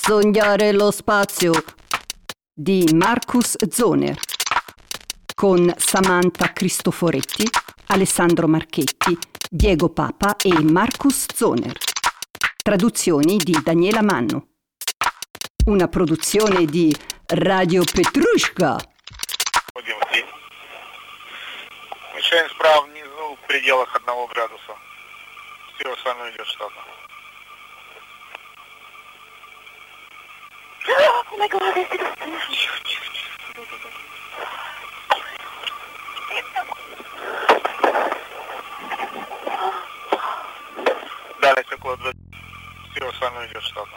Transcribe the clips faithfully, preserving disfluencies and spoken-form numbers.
Sognare lo spazio di Marcus Zoner con Samantha Cristoforetti, Alessandro Marchetti, Diego Papa e Marcus Zoner. Traduzioni di Daniela Manno. Una produzione di Radio Petrushka. Мешаем справа внизу в пределах одного градуса. Все остальное идет штатно. Oh my God, I see the Дальность около двадцати. Все остальное идет штатно.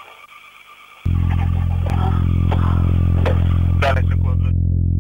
Дальность около двадцати.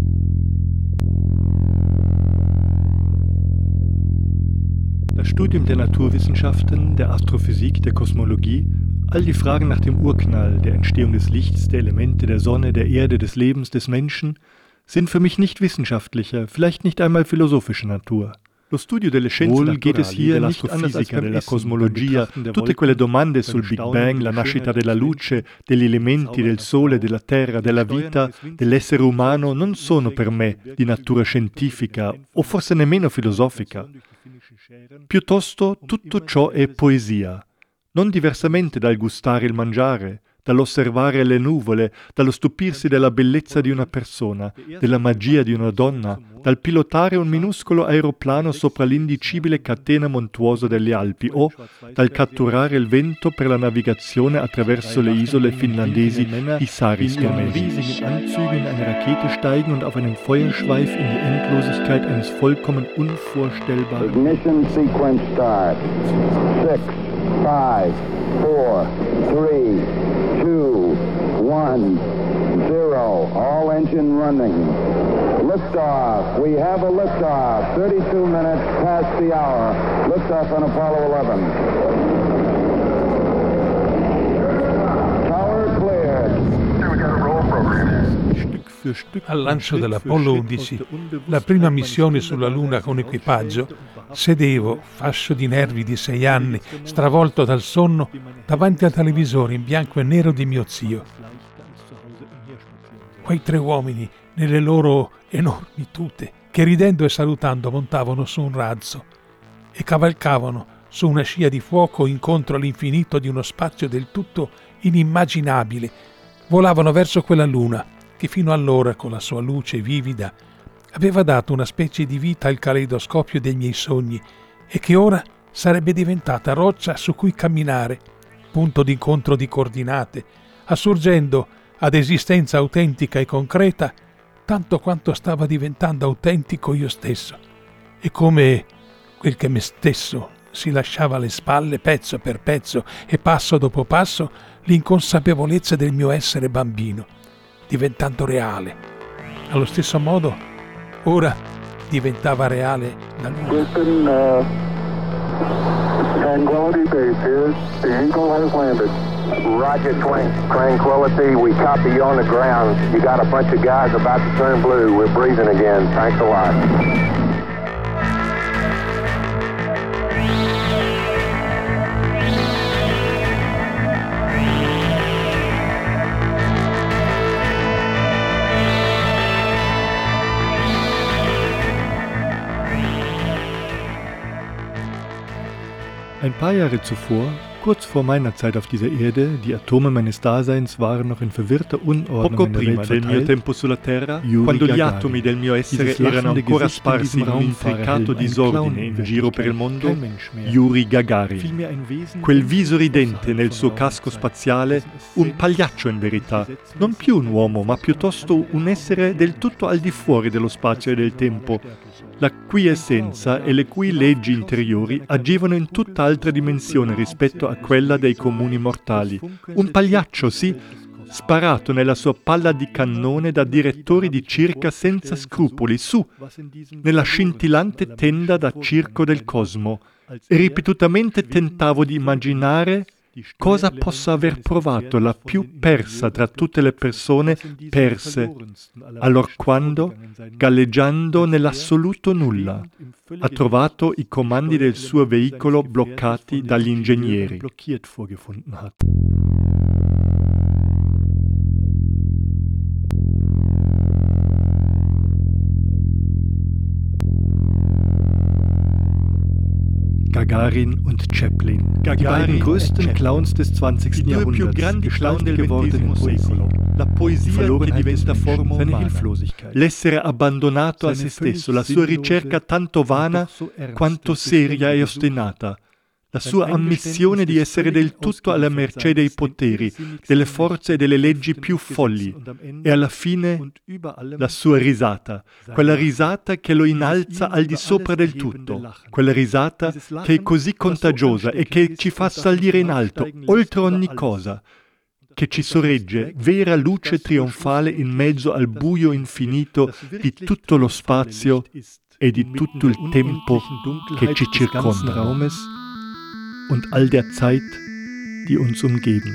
Das Studium der Naturwissenschaften, der Astrophysik, der Kosmologie, all die Fragen nach dem Urknall, der Entstehung des Lichts, der Elemente, der Sonne, der Erde, des Lebens, des Menschen, sind für mich nicht wissenschaftlicher, vielleicht nicht einmal philosophischer Natur. Wohl geht es hier nicht anders als della cosmologia, tutte quelle domande sul Big Bang, la nascita della luce, degli elementi, del sole, della terra, della vita, dell'essere umano non sono per me di natura scientifica o forse nemmeno filosofica. Piuttosto tutto ciò è poesia, non diversamente dal gustare il mangiare, dall'osservare le nuvole, dallo stupirsi della bellezza di una persona, della magia di una donna, dal pilotare un minuscolo aeroplano sopra l'indicibile catena montuosa delle Alpi o dal catturare il vento per la navigazione attraverso le isole finlandesi i Saaristomeesi. In riesigen Anzügen in eine Rakete steigen und auf einem Feuerschweif in die Endlosigkeit eines vollkommen unvorstellbaren... Ignition sequence start. Six, five, four, three, two, one, zero. All engine running. Liftoff. We have a liftoff. thirty-two minutes past the hour. Liftoff on Apollo eleven. Tower cleared. We got a roll program. Al lancio dell'Apollo undici, la prima missione sulla Luna con equipaggio, sedevo, fascio di nervi di sei anni, stravolto dal sonno, davanti al televisore in bianco e nero di mio zio. Quei tre uomini, nelle loro enormi tute, che ridendo e salutando montavano su un razzo e cavalcavano su una scia di fuoco incontro all'infinito di uno spazio del tutto inimmaginabile, volavano verso quella Luna che fino allora, con la sua luce vivida, aveva dato una specie di vita al caleidoscopio dei miei sogni e che ora sarebbe diventata roccia su cui camminare, punto d'incontro di coordinate, assurgendo ad esistenza autentica e concreta tanto quanto stava diventando autentico io stesso, e come quel che me stesso si lasciava alle spalle pezzo per pezzo e passo dopo passo l'inconsapevolezza del mio essere bambino, diventando reale. Allo stesso modo, ora diventava reale la Luna. Houston, uh, Tranquility Base here. The Eagle has landed. Roger, Tran- Tranquility. We copy you on the ground. You got a bunch of guys about to turn blue. We're breathing again. Thanks a lot. Ein paar Jahre zuvor, kurz vor meiner Zeit auf dieser Erde, die Atome meines Daseins waren noch in verwirrter Unordnung Poco in der prima Welt del verteilt, mio tempo sulla Terra, Yuri quando gli Gagarin. atomi del mio essere Dieses erano lachende ancora Gesicht in sparsi diesem in un Raumfahrerhelm, intricato ein disordine Clown in in giro per il Wirklichkeit, mondo, kein Mensch mehr. Yuri Gagarin. Vielmehr ein Wesen, Quel das viso ridente außerhalb nel von suo Raum casco und Zeit. spaziale, un pagliaccio in verità, non più un uomo, ma piuttosto un essere del tutto al di fuori dello spazio e del tempo, la cui essenza e le cui leggi interiori agivano in tutt'altra dimensione rispetto a quella dei comuni mortali. Un pagliaccio, sì, sparato nella sua palla di cannone da direttori di circa senza scrupoli, su, nella scintillante tenda da circo del cosmo, e ripetutamente tentavo di immaginare cosa possa aver provato la più persa tra tutte le persone perse, allorquando, galleggiando nell'assoluto nulla, ha trovato i comandi del suo veicolo bloccati dagli ingegneri. Gagarin und Chaplin, Gagarin die beiden größten Clowns des zwanzigsten Jahrhunderts, gestaltet gewordenen secolo. La poesia che diventa forma umana, seine Hilflosigkeit, l'essere abbandonato a se stesso, la sua ricerca tanto vana quanto seria e ostinata, la sua ammissione di essere del tutto alla mercé dei poteri, delle forze e delle leggi più folli, e alla fine la sua risata, quella risata che lo innalza al di sopra del tutto, quella risata che è così contagiosa e che ci fa salire in alto, oltre ogni cosa, che ci sorregge, vera luce trionfale in mezzo al buio infinito di tutto lo spazio e di tutto il tempo che ci circonda. Und all der Zeit, die uns umgeben.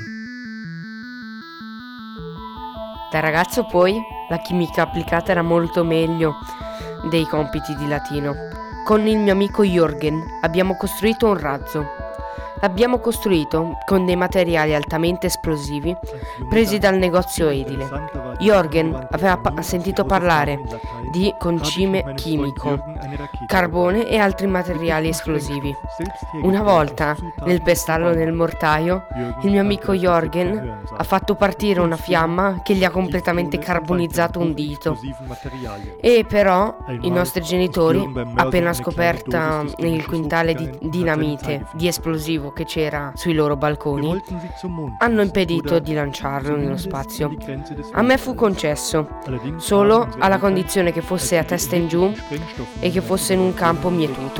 Da ragazzo poi la chimica applicata era molto meglio dei compiti di latino. Con il mio amico Jürgen abbiamo costruito un razzo. L'abbiamo costruito con dei materiali altamente esplosivi presi dal negozio edile. Jürgen aveva pa- sentito parlare di concime chimico, carbone e altri materiali esplosivi. Una volta, nel pestarlo nel mortaio, il mio amico Jürgen ha fatto partire una fiamma che gli ha completamente carbonizzato un dito. E però i nostri genitori, appena scoperta il quintale di dinamite, di esplosivo che c'era sui loro balconi, hanno impedito di lanciarlo nello spazio. A me fu concesso, solo alla condizione che fosse a testa in giù e che fosse in un campo mietuto.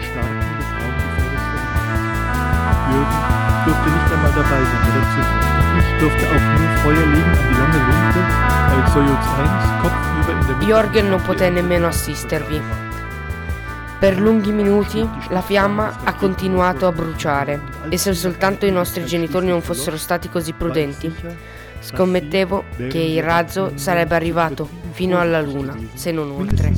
Jürgen durfte nicht einmal dabei sein bei der Zündung. Ich durfte auch nur Feuer legen an die lange Lunte, als Soyuz eins kopfüber in der Mitte. Jürgen non poté nemmeno assistervi. Per lunghi minuti la fiamma ha continuato a bruciare e se soltanto i nostri genitori non fossero stati così prudenti, scommettevo che il razzo sarebbe arrivato fino alla Luna, se non oltre.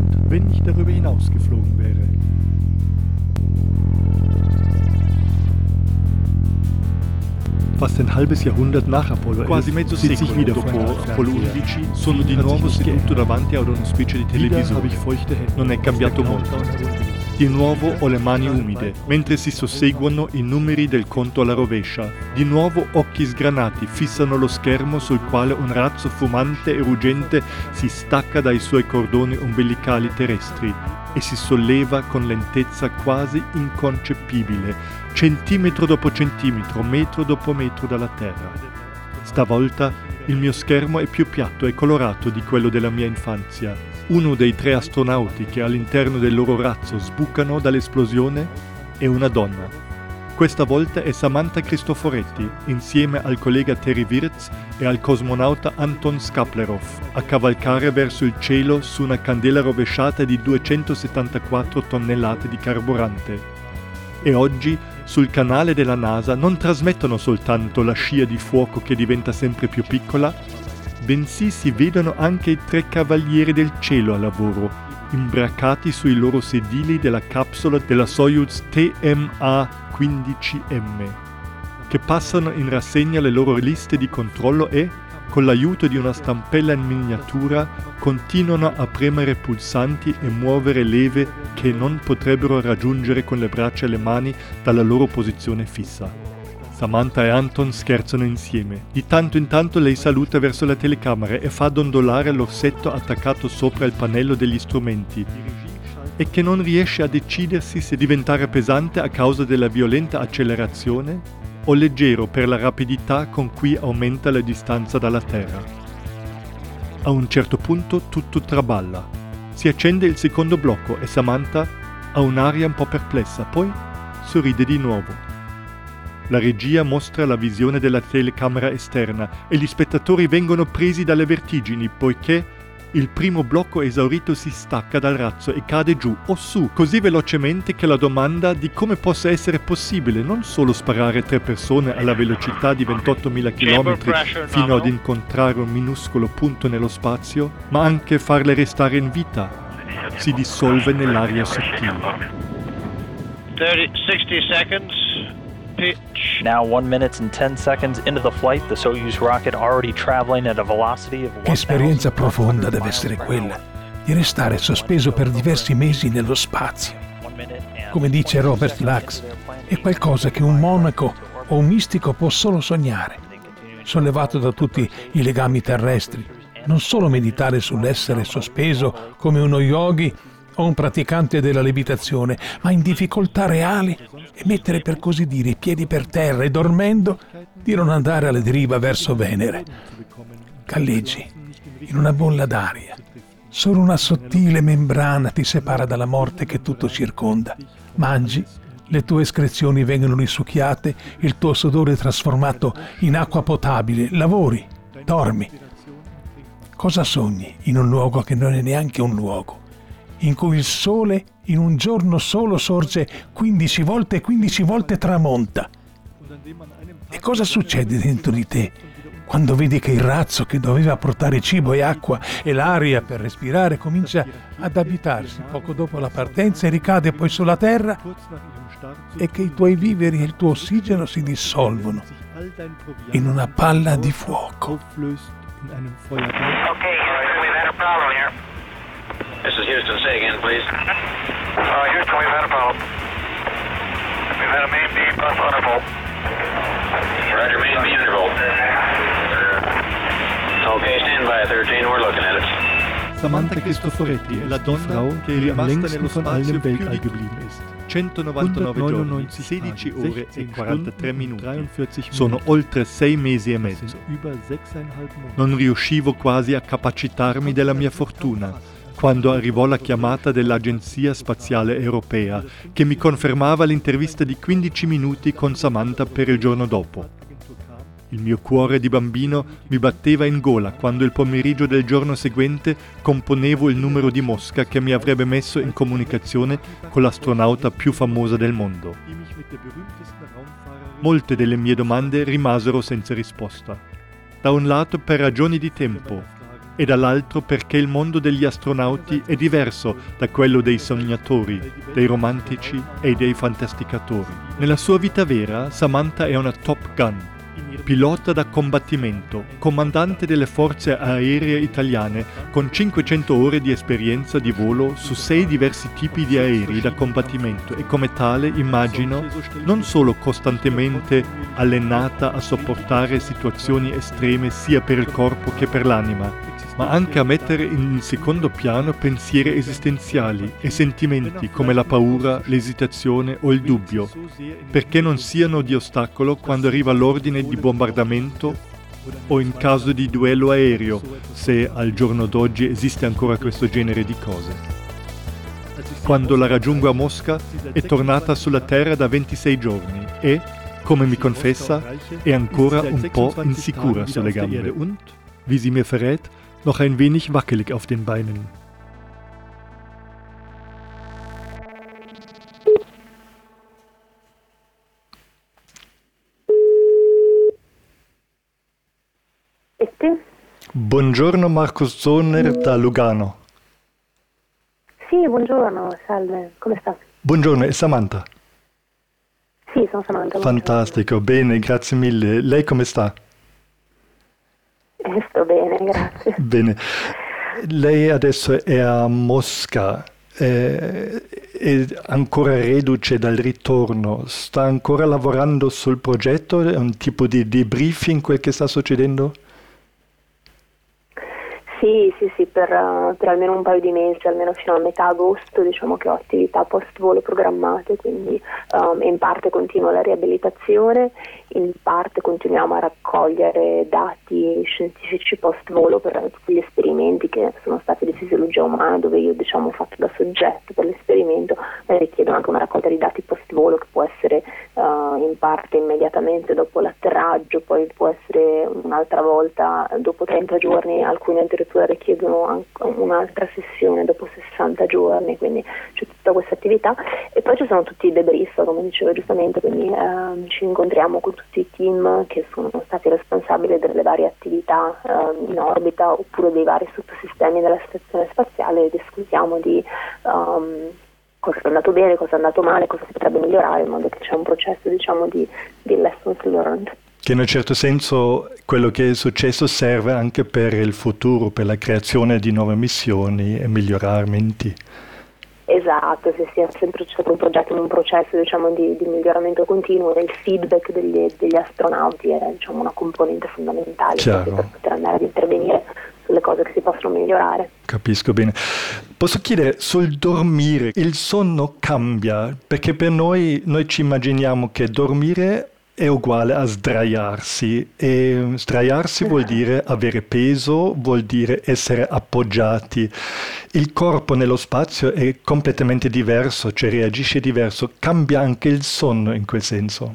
Fast ein halbes Jahrhundert nach Apollo quasi mezzo secolo dopo Apollo undici, sono di nuovo seduto davanti ad uno specie di televisore. Non è cambiato molto. Di nuovo ho le mani umide, mentre si susseguono i numeri del conto alla rovescia. Di nuovo occhi sgranati fissano lo schermo sul quale un razzo fumante e ruggente si stacca dai suoi cordoni ombelicali terrestri e si solleva con lentezza quasi inconcepibile, centimetro dopo centimetro, metro dopo metro dalla Terra. Stavolta il mio schermo è più piatto e colorato di quello della mia infanzia. Uno dei tre astronauti che all'interno del loro razzo sbucano dall'esplosione è una donna. Questa volta è Samantha Cristoforetti, insieme al collega Terry Wirtz e al cosmonauta Anton Skaplerov, a cavalcare verso il cielo su una candela rovesciata di duecentosettantaquattro tonnellate di carburante. E oggi, sul canale della NASA, non trasmettono soltanto la scia di fuoco che diventa sempre più piccola, bensì si vedono anche i tre cavalieri del cielo a lavoro, imbracati sui loro sedili della capsula della Soyuz T M A quindici M, che passano in rassegna le loro liste di controllo e, con l'aiuto di una stampella in miniatura, continuano a premere pulsanti e muovere leve che non potrebbero raggiungere con le braccia e le mani dalla loro posizione fissa. Samantha e Anton scherzano insieme. Di tanto in tanto lei saluta verso la telecamera e fa dondolare l'orsetto attaccato sopra il pannello degli strumenti e che non riesce a decidersi se diventare pesante a causa della violenta accelerazione o leggero per la rapidità con cui aumenta la distanza dalla Terra. A un certo punto tutto traballa. Si accende il secondo blocco e Samantha ha un'aria un po' perplessa, poi sorride di nuovo. La regia mostra la visione della telecamera esterna e gli spettatori vengono presi dalle vertigini poiché il primo blocco esaurito si stacca dal razzo e cade giù o su così velocemente che la domanda di come possa essere possibile non solo sparare tre persone alla velocità di ventottomila chilometri fino ad incontrare un minuscolo punto nello spazio, ma anche farle restare in vita, si dissolve nell'aria sottile. thirty, sixty seconds. Pitch. Now one minute and ten seconds into the flight, the Soyuz rocket already traveling at a velocity of Che esperienza profonda deve essere quella di restare sospeso per diversi mesi nello spazio. come dice Robert Lax, è qualcosa che un monaco o un mistico può solo sognare. Sollevato da tutti i legami terrestri, non solo meditare sull'essere sospeso come uno yogi o un praticante della levitazione, ma in difficoltà reali e mettere per così dire i piedi per terra e dormendo di non andare alla deriva verso Venere. Galleggi in una bolla d'aria. Solo una sottile membrana ti separa dalla morte che tutto circonda. Mangi, le tue escrezioni vengono risucchiate, il tuo sudore è trasformato in acqua potabile, lavori, dormi. Cosa sogni in un luogo che non è neanche un luogo, in cui il sole in un giorno solo sorge quindici volte e quindici volte tramonta? E cosa succede dentro di te quando vedi che il razzo che doveva portare cibo e acqua e l'aria per respirare comincia ad abitarsi poco dopo la partenza e ricade poi sulla terra, e che i tuoi viveri e il tuo ossigeno si dissolvono in una palla di fuoco? Okay, we've had a problem here. This is Houston. Say again, please. Uh, Houston, we've had a problem. We've had a main beam bus interval. Roger, main beam interval. Okay, stand by, thirteen, we're looking at it. Samantha Cristoforetti è la donna che è am längsten von allen Weltall geblieben ist. centonovantanove giorni, sedici ore e quarantatré minuti. Sono oltre sei mesi e mezzo. Non riuscivo quasi a capacitarmi della mia fortuna quando arrivò la chiamata dell'Agenzia Spaziale Europea che mi confermava l'intervista di quindici minuti con Samantha per il giorno dopo. Il mio cuore di bambino mi batteva in gola quando il pomeriggio del giorno seguente componevo il numero di Mosca che mi avrebbe messo in comunicazione con l'astronauta più famosa del mondo. Molte delle mie domande rimasero senza risposta. Da un lato per ragioni di tempo e dall'altro perché il mondo degli astronauti è diverso da quello dei sognatori, dei romantici e dei fantasticatori. Nella sua vita vera, Samantha è una Top Gun, pilota da combattimento, comandante delle forze aeree italiane con cinquecento ore di esperienza di volo su sei diversi tipi di aerei da combattimento e come tale, immagino, non solo costantemente allenata a sopportare situazioni estreme sia per il corpo che per l'anima, ma anche a mettere in secondo piano pensieri esistenziali e sentimenti come la paura, l'esitazione o il dubbio, perché non siano di ostacolo quando arriva l'ordine di bombardamento o in caso di duello aereo, se al giorno d'oggi esiste ancora questo genere di cose. Quando la raggiungo a Mosca è tornata sulla Terra da ventisei giorni e, come mi confessa, è ancora un po' insicura sulle gambe. Wie sie mir verrät, noch ein wenig wackelig auf den Beinen. Buongiorno Marcus Zoner da Lugano. Sì, buongiorno, salve, come sta? Buongiorno, è Samantha? Sì, sono Samantha. Fantastico, bene, grazie mille. Lei come sta? Eh, sto bene, grazie. Bene. Lei adesso è a Mosca, eh, è ancora reduce dal ritorno, sta ancora lavorando sul progetto? È un tipo di debriefing quel che sta succedendo? Sì, sì, sì, per, uh, per almeno un paio di mesi, almeno fino a metà agosto, diciamo che ho attività post-volo programmate, quindi um, in parte continua la riabilitazione, in parte continuiamo a raccogliere dati scientifici post-volo per tutti gli esperimenti che sono stati di fisiologia umana, dove io diciamo ho fatto da soggetto per l'esperimento, e richiedo anche una raccolta di dati post-volo che può essere uh, in parte immediatamente dopo l'atterraggio, poi può essere un'altra volta dopo trenta giorni, alcune addirittura richiedono anche un'altra sessione dopo sessanta giorni, quindi c'è tutta questa attività e poi ci sono tutti i debrief, come dicevo giustamente, quindi eh, ci incontriamo con tutti i team che sono stati responsabili delle varie attività eh, in orbita oppure dei vari sottosistemi della stazione spaziale e discutiamo di um, cosa è andato bene, cosa è andato male, cosa si potrebbe migliorare, in modo che c'è un processo diciamo di, di lessons learned. Che in un certo senso quello che è successo serve anche per il futuro, per la creazione di nuove missioni e miglioramenti. Esatto, se sia sempre stato un progetto in un processo, diciamo, di, di miglioramento continuo, e il feedback degli, degli astronauti è, diciamo, una componente fondamentale per poter andare ad intervenire sulle cose che si possono migliorare. Capisco bene. Posso chiedere, sul dormire, il sonno cambia? Perché per noi, noi ci immaginiamo che dormire è uguale a sdraiarsi, e sdraiarsi vuol dire avere peso, vuol dire essere appoggiati. Il corpo nello spazio è completamente diverso, cioè reagisce diverso. Cambia anche il sonno in quel senso?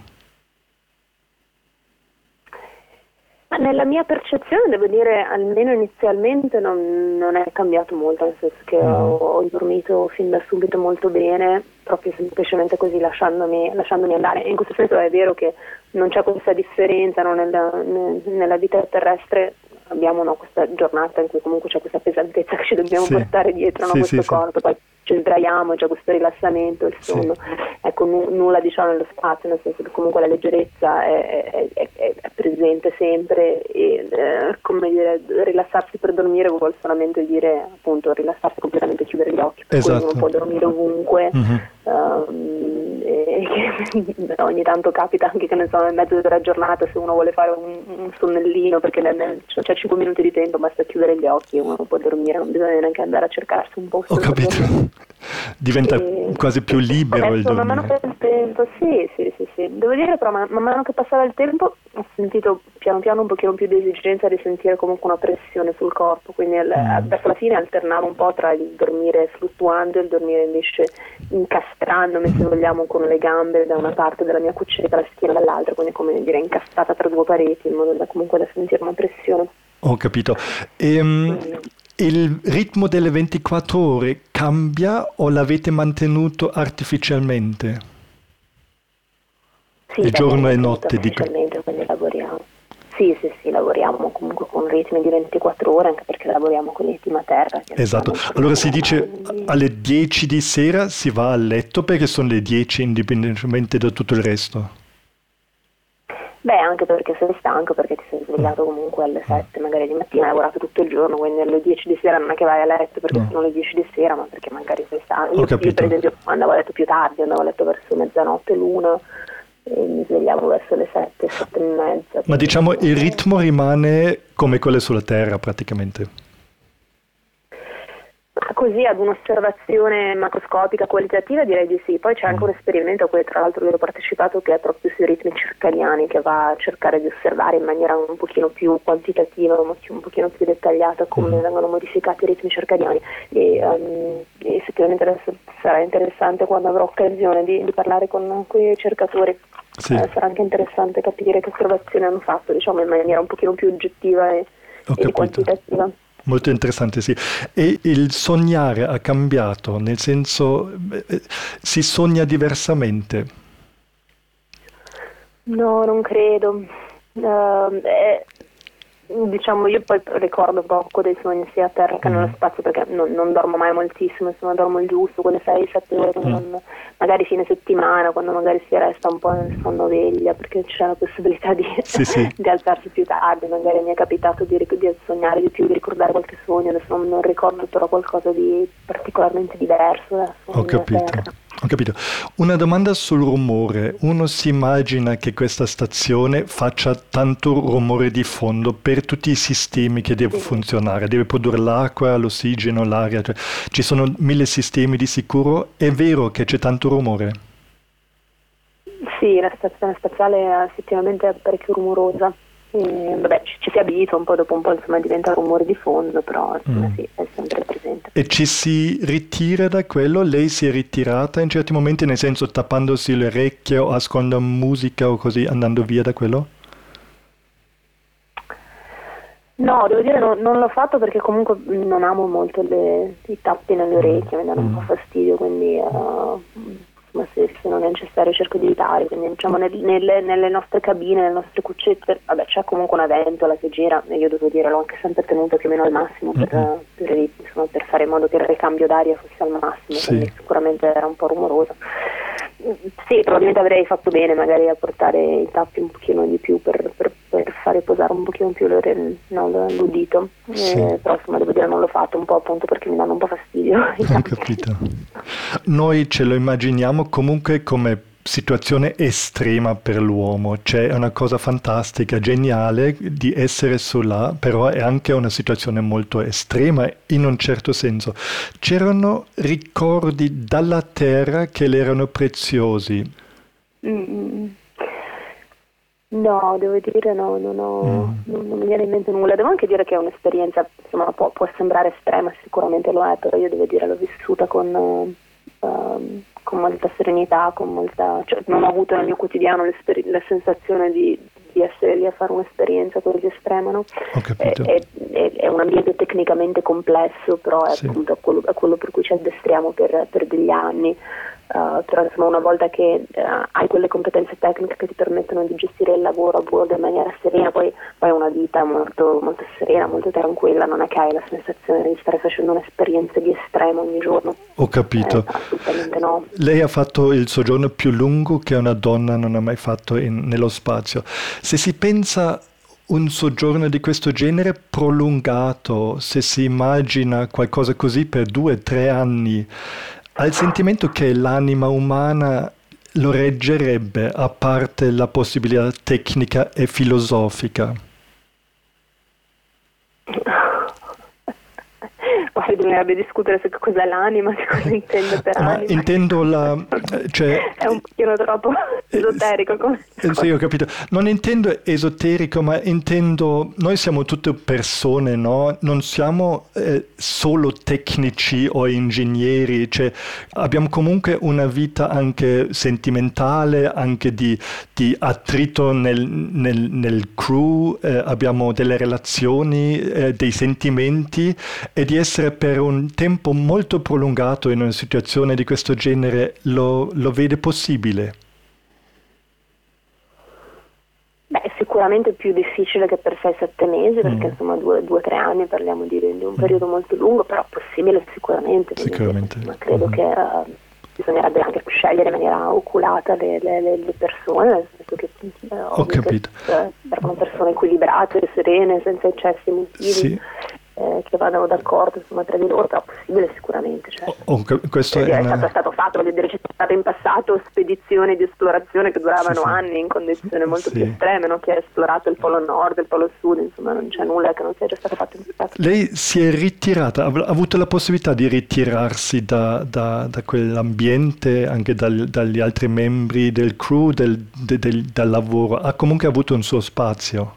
Nella mia percezione, devo dire, almeno inizialmente non, non è cambiato molto, nel senso che ho, ho dormito fin da subito molto bene, proprio semplicemente così lasciandomi, lasciandomi andare. In questo senso è vero che non c'è questa differenza, no? nella, nella vita terrestre abbiamo, no, questa giornata in cui comunque c'è questa pesantezza che ci dobbiamo sì. portare dietro, no? sì, questo sì, corpo, poi ci sdraiamo, c'è questo rilassamento, il sonno. Sì. Ecco, n- nulla diciamo nello spazio, nel senso che comunque la leggerezza è, è, è, è presente sempre, e eh, come dire, rilassarsi per dormire vuol solamente dire appunto rilassarsi completamente, chiudere gli occhi, per esatto. cui uno può dormire ovunque. Mm-hmm. Um, e ogni tanto capita anche, che ne so, nel mezzo della giornata, se uno vuole fare un, un sonnellino perché nel, nel, c'è cinque minuti di tempo, basta chiudere gli occhi e uno può dormire, non bisogna neanche andare a cercarsi un posto. Ho capito. Diventa e... quasi più libero adesso, il dormire. Man mano che il tempo, sì, sì, sì, sì. Devo dire però, man, man mano che passava il tempo ho sentito piano piano un pochino più di esigenza di sentire comunque una pressione sul corpo, quindi il, mm. verso la fine alternavo un po' tra il dormire fluttuando e il dormire invece incastrandomi, se vogliamo, con le gambe da una parte della mia cuccetta, la schiena dall'altra, quindi come dire incastrata tra due pareti, in modo da comunque da sentire una pressione. Ho capito. Ehm, mm. Il ritmo delle ventiquattro ore cambia o l'avete mantenuto artificialmente? Sì, il giorno e notte, dico. Artificialmente, quindi lavoriamo. Sì, sì, sì, lavoriamo comunque con ritmi di ventiquattro ore, anche perché lavoriamo con i team a terra. Esatto, allora si dice alle dieci di sera si va a letto perché sono le dieci indipendentemente da tutto il resto? Beh, anche perché sei stanco, perché ti sei svegliato comunque alle sette magari di mattina, hai lavorato tutto il giorno, quindi alle dieci di sera non è che vai a letto perché no. sono le dieci di sera, ma perché magari sei stanco. Io, io per esempio andavo a letto più tardi, andavo a letto verso mezzanotte, l'una, e mi svegliavo verso le sette, sette e mezza. Ma diciamo il ritmo rimane come quello sulla Terra praticamente? Così ad un'osservazione macroscopica qualitativa direi di sì. Poi c'è anche un esperimento a cui tra l'altro io ho partecipato, che è proprio sui ritmi circadiani, che va a cercare di osservare in maniera un pochino più quantitativa, un pochino più dettagliata come mm. vengono modificati i ritmi circadiani, e um, effettivamente adesso sarà interessante quando avrò occasione di, di parlare con, con i ricercatori. Sì. Eh, sarà anche interessante capire che osservazioni hanno fatto, diciamo, in maniera un pochino più oggettiva e, e quantitativa. Molto interessante, sì. E il sognare ha cambiato, nel senso eh, si sogna diversamente? No, non credo. Uh, eh, diciamo, io poi ricordo poco dei sogni sia a terra che mm. nello spazio, perché non, non dormo mai moltissimo, insomma dormo il giusto, quelle sei sette ore, mm. non, magari fine settimana, quando magari si resta un po' nel sonno veglia, perché c'è la possibilità di, sì, sì. di alzarsi più tardi, magari mi è capitato di, di sognare di più, di ricordare qualche sogno, adesso non, non ricordo però qualcosa di particolarmente diverso da sogno. Ho capito. Ho capito. Una domanda sul rumore. Uno si immagina che questa stazione faccia tanto rumore di fondo per tutti i sistemi che deve sì. funzionare. Deve produrre l'acqua, l'ossigeno, l'aria. Cioè, ci sono mille sistemi di sicuro. È vero che c'è tanto rumore? Sì, la stazione spaziale è effettivamente parecchio rumorosa. E, vabbè, ci, ci si abitua un po', dopo un po' insomma diventa rumore di fondo, però insomma, mm. sì, è sempre presente. E ci si ritira da quello? Lei si è ritirata in certi momenti, nel senso tappandosi le orecchie o ascoltando musica o così, andando via da quello? No, devo dire no, non l'ho fatto perché comunque non amo molto le, i tappi nelle orecchie, mi danno mm. un po' fastidio, quindi uh, ma se, se non è necessario cerco di evitare, quindi diciamo nel, nelle, nelle nostre cabine, nelle nostre cuccette, vabbè c'è comunque una ventola che gira, e io devo dire l'ho anche sempre tenuto più o meno al massimo per, mm-hmm. per, insomma, per fare in modo che il ricambio d'aria fosse al massimo, sì. quindi sicuramente era un po' rumoroso. Sì, probabilmente avrei fatto bene magari a portare i tappi un pochino di più per, per, per far riposare un pochino più l'ore- no, l'udito, Sì. eh, però insomma devo dire non l'ho fatto un po' appunto perché mi danno un po' fastidio. Ho capito. Noi ce lo immaginiamo comunque come situazione estrema per l'uomo, cioè è una cosa fantastica, geniale di essere su là, però è anche una situazione molto estrema in un certo senso. C'erano ricordi dalla terra che le erano preziosi? Mm. No, devo dire no, non, ho, Mm. non, non mi viene in mente nulla. Devo anche dire che è un'esperienza, insomma, può, può sembrare estrema, sicuramente lo è, però io devo dire l'ho vissuta con, ehm, con molta serenità, con molta, cioè, non ho avuto nel mio quotidiano l'esper- la sensazione di, di essere lì a fare un'esperienza così estrema, no? Ho capito. È, è, è un ambiente tecnicamente complesso, però è Sì. appunto quello, è quello per cui ci addestriamo per, per degli anni. Uh, però insomma una volta che uh, hai quelle competenze tecniche che ti permettono di gestire il lavoro a bordo in maniera serena, poi, poi è una vita molto, molto serena, molto tranquilla, non è che hai la sensazione di stare facendo un'esperienza di estremo ogni giorno. Ho capito. Eh, assolutamente no. Lei ha fatto il soggiorno più lungo che una donna non ha mai fatto in- nello spazio. Se si pensa un soggiorno di questo genere prolungato, se si immagina qualcosa così per due o tre anni, ha il sentimento che l'anima umana lo reggerebbe, a parte la possibilità tecnica e filosofica? Poi bisognerebbe discutere su che cos'è l'anima, su cosa intende per Ma anima. intendo la... cioè, È un pochino troppo esoterico come Eh, Sì, ho capito. Non intendo esoterico, ma intendo, noi siamo tutte persone, no? Non siamo eh, solo tecnici o ingegneri, cioè abbiamo comunque una vita anche sentimentale, anche di, di attrito nel, nel, nel crew, eh, abbiamo delle relazioni, eh, dei sentimenti, e di essere per un tempo molto prolungato in una situazione di questo genere lo, lo vede possibile. Beh, sicuramente più difficile che per sei sette mesi, perché Mm. insomma due o tre anni parliamo di, di un periodo molto lungo, però possibile sicuramente. quindi, Sicuramente. insomma, credo Mhm. che eh, bisognerebbe anche scegliere in maniera oculata le, le- le- le persone, nel senso che eh, Ho ovvio che, capito. eh, servono persone equilibrate, serene, senza eccessi emotivi. Sì. eh, che vadano d'accordo insomma tra di loro, però possibile sicuramente, cioè. Oh, cap- questo Cioè, è è, una... stato, è stato fatto, voglio dire, c'è stato in passato spedizioni di esplorazione che duravano Sì, sì. anni in condizioni molto Sì. più estreme, no? Chi ha esplorato il polo nord, il polo sud, insomma non c'è nulla che non sia già stato fatto in passato. Lei si è ritirata, ha ha avuto la possibilità di ritirarsi da, da- da quell'ambiente, anche dal- dagli altri membri del crew, del, de- del- dal lavoro, ha comunque avuto un suo spazio.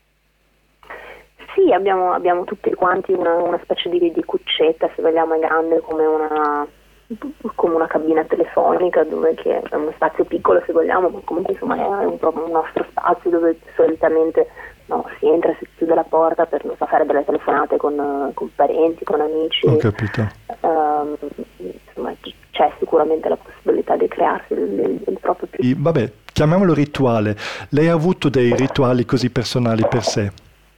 Sì, abbiamo, abbiamo tutti quanti una, una specie di, di cuccetta, se vogliamo, è grande come una, come una cabina telefonica, dove che è uno spazio piccolo se vogliamo, ma comunque insomma è un, proprio un nostro spazio dove solitamente no, si entra, si chiude la porta per non so, fare delle telefonate con, con parenti, con amici. Ho capito. Ehm, insomma c'è sicuramente la possibilità di crearsi il, il, il proprio più. I- vabbè, chiamiamolo rituale. Lei ha avuto dei rituali così personali per sé?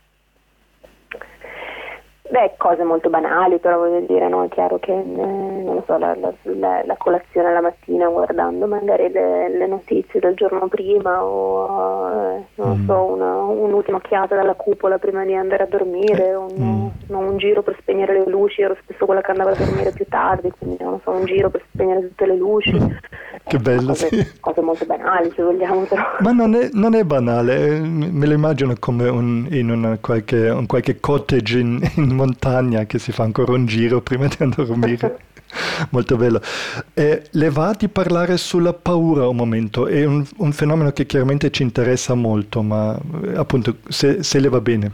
Beh, cose molto banali, però voglio dire, no, è chiaro che eh, non lo so, la, la, la, la colazione la mattina guardando magari le, le notizie del giorno prima o eh, non Mm. so, una, un'ultima occhiata dalla cupola prima di andare a dormire, un, Mm. no, un giro per spegnere le luci, ero spesso quella che andava a dormire più tardi, quindi non so, un giro per spegnere tutte le luci. Che bello, cose, sì. cose molto banali se vogliamo, però. Ma non è, non è banale, eh, me lo immagino come un, in una qualche, un qualche cottage in, in montagna che si fa ancora un giro prima di andare a dormire. Molto bello. Eh, le va di parlare sulla paura un momento? È un, un fenomeno che chiaramente ci interessa molto, ma eh, appunto se, se le va bene.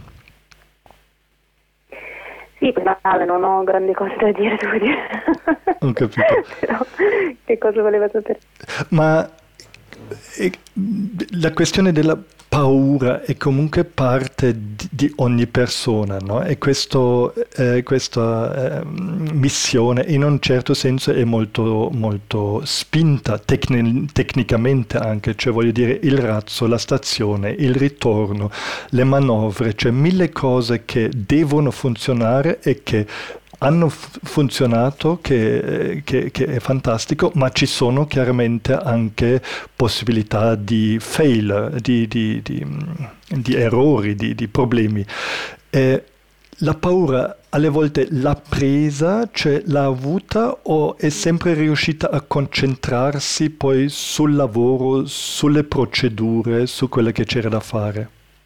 Sì, banale, non ho grandi cose da dire, devo dire. Ho capito. Però, che cosa voleva sapere? Ma eh, la questione della paura è comunque parte di, di ogni persona, no? E questo, eh, questa eh, missione in un certo senso è molto, molto spinta tecni- tecnicamente anche, cioè voglio dire il razzo, la stazione, il ritorno, le manovre, cioè mille cose che devono funzionare e che hanno f- funzionato, che, che- che è fantastico, ma ci sono chiaramente anche possibilità di fail, di, di- di, mm, di errori, di, di problemi. Eh, la paura alle volte l'ha presa, cioè l'ha avuta, o è sempre riuscita a concentrarsi poi sul lavoro, sulle procedure, su quello che c'era da fare?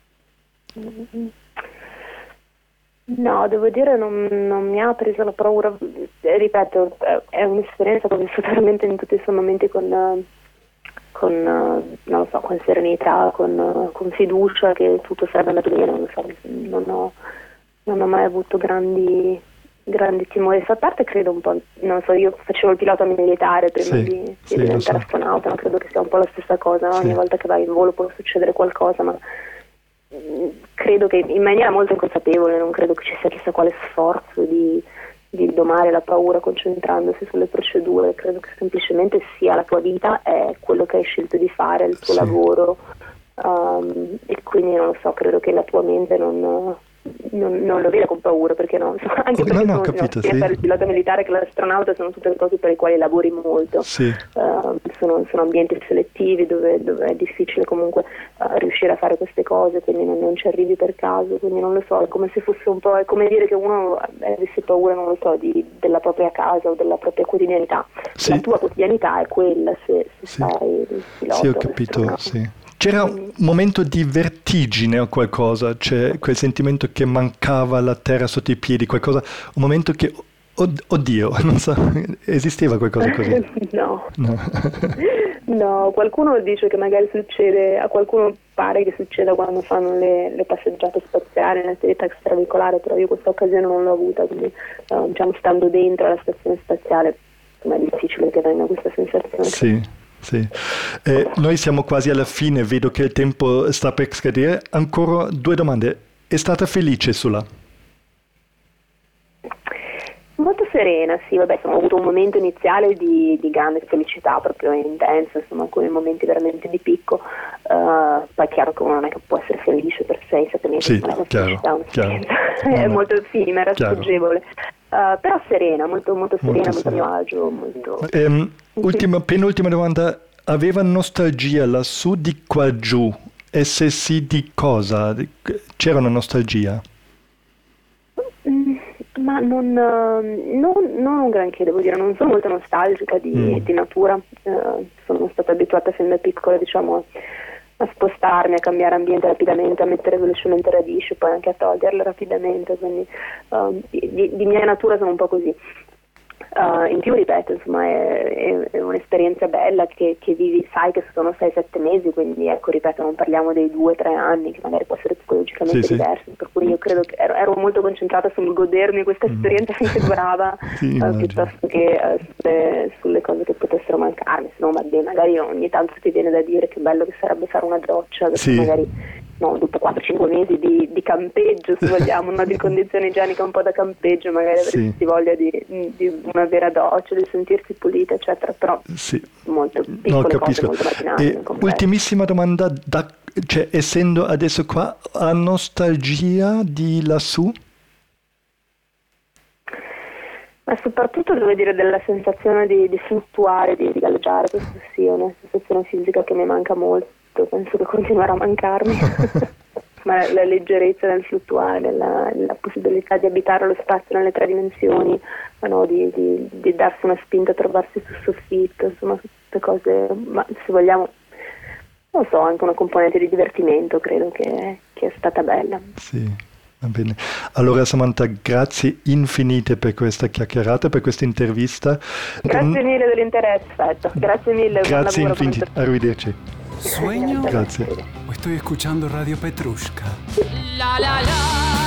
No, devo dire non, non mi ha preso la paura, ripeto, è un'esperienza che ho vissuto veramente in tutti i suoi momenti con, con non lo so, con serenità, con, con fiducia che tutto sarebbe andato bene, non lo so, non ho, non ho mai avuto grandi, grandi timori. A parte credo un po', non so, io facevo il pilota militare prima sì, di, di sì, diventare so. astronauta, ma credo che sia un po' la stessa cosa, no? Ogni Sì. volta che vai in volo può succedere qualcosa, ma credo che in maniera molto inconsapevole, non credo che ci sia chissà quale sforzo di, di domare la paura concentrandosi sulle procedure, credo che semplicemente sia la tua vita, è quello che hai scelto di fare, il tuo Sì. lavoro, um, e quindi non lo so, credo che la tua mente non... Non, non lo vede con paura, perché no, anche Oh, perché no, no, sono, capito, sia sì. per il pilota militare che l'astronauta sono tutte le cose per le quali lavori molto. Sì. Uh, sono, sono ambienti selettivi dove, dove è difficile comunque uh, riuscire a fare queste cose, quindi non, non ci arrivi per caso, quindi non lo so, è come se fosse un po', è come dire che uno avesse paura, non lo so, di, della propria casa o della propria quotidianità. Sì. La tua quotidianità è quella, se, se Sì. fai il pilota. Sì, ho o capito, l'astronauta. sì. C'era un momento di vertigine o qualcosa, cioè quel sentimento che mancava la terra sotto i piedi, qualcosa, un momento che, od- oddio, non so, esisteva qualcosa così? No. No. No, qualcuno dice che magari succede, a qualcuno pare che succeda quando fanno le, le passeggiate spaziali, l'attività extraveicolare, però io questa occasione non l'ho avuta, quindi uh, diciamo stando dentro alla stazione spaziale insomma, è difficile che venga questa sensazione. Sì. Sì. Eh, noi siamo quasi alla fine, vedo che il tempo sta per scadere. Ancora due domande. È stata felice sulla? Molto serena, sì, vabbè, insomma, ho avuto un momento iniziale di, di grande felicità, proprio intenso, insomma, alcuni momenti veramente di picco, uh, poi è chiaro che uno non è che può essere felice per sei sette mesi, Sì, non è una chiaro, felicità, una chiaro. esperienza. No, È no. molto effimera, Chiaro. sfuggevole, uh, però serena, molto, molto serena, Molto molto a mio serena. agio, molto... Ehm, ultima, penultima domanda. Aveva nostalgia lassù di qua giù? E se sì, di cosa? Di- C'era una nostalgia? Mm, Ma non, eh, non, non un granché, devo dire, non sono molto nostalgica di, Mm. di natura, eh, sono stata abituata fin da piccola, diciamo, a spostarmi, a cambiare ambiente rapidamente, a mettere velocemente radici, poi anche a toglierle rapidamente, quindi eh, di, di mia natura sono un po' così. Uh, in più ripeto, insomma è, è, è un'esperienza bella che, che vivi, sai che sono sei sette mesi, quindi ecco ripeto non parliamo dei due tre anni che magari può essere psicologicamente Sì, sì. diverso, per cui io credo che ero, ero molto concentrata sul godermi questa esperienza finché durava, Sì, uh, immagino. piuttosto che uh, sulle, sulle cose che potessero mancarmi, se no vabbè, magari ogni tanto ti viene da dire che bello che sarebbe fare una doccia, adesso Sì. magari no, dopo quattro cinque mesi di, di campeggio, se vogliamo, no? Di condizioni igieniche un po' da campeggio, magari avresti Sì. voglia di, di una vera doccia, di sentirsi pulita, eccetera, però Sì. molto No, piccole cose, capisco. molto marginali. E non complesse. ultimissima domanda, da- cioè, essendo adesso qua, ha nostalgia di lassù? Ma soprattutto devo dire della sensazione di, di fluttuare, di, di galleggiare, questo sì, è una sensazione fisica che mi manca molto, penso che continuerà a mancarmi. Ma la, la leggerezza del fluttuare, la, la possibilità di abitare lo spazio nelle tre dimensioni, no, di, di, di darsi una spinta a trovarsi sul soffitto, insomma tutte cose, ma se vogliamo, non so, anche una componente di divertimento credo che, che è stata bella. Sì, va bene. Allora Samantha, grazie infinite per questa chiacchierata, per questa intervista. Grazie mille dell'interesse, aspetta. Grazie mille. buon Grazie lavoro con infinite, arrivederci. ¿Sueño? Grazie. ¿O estoy escuchando Radio Petrushka? La la la.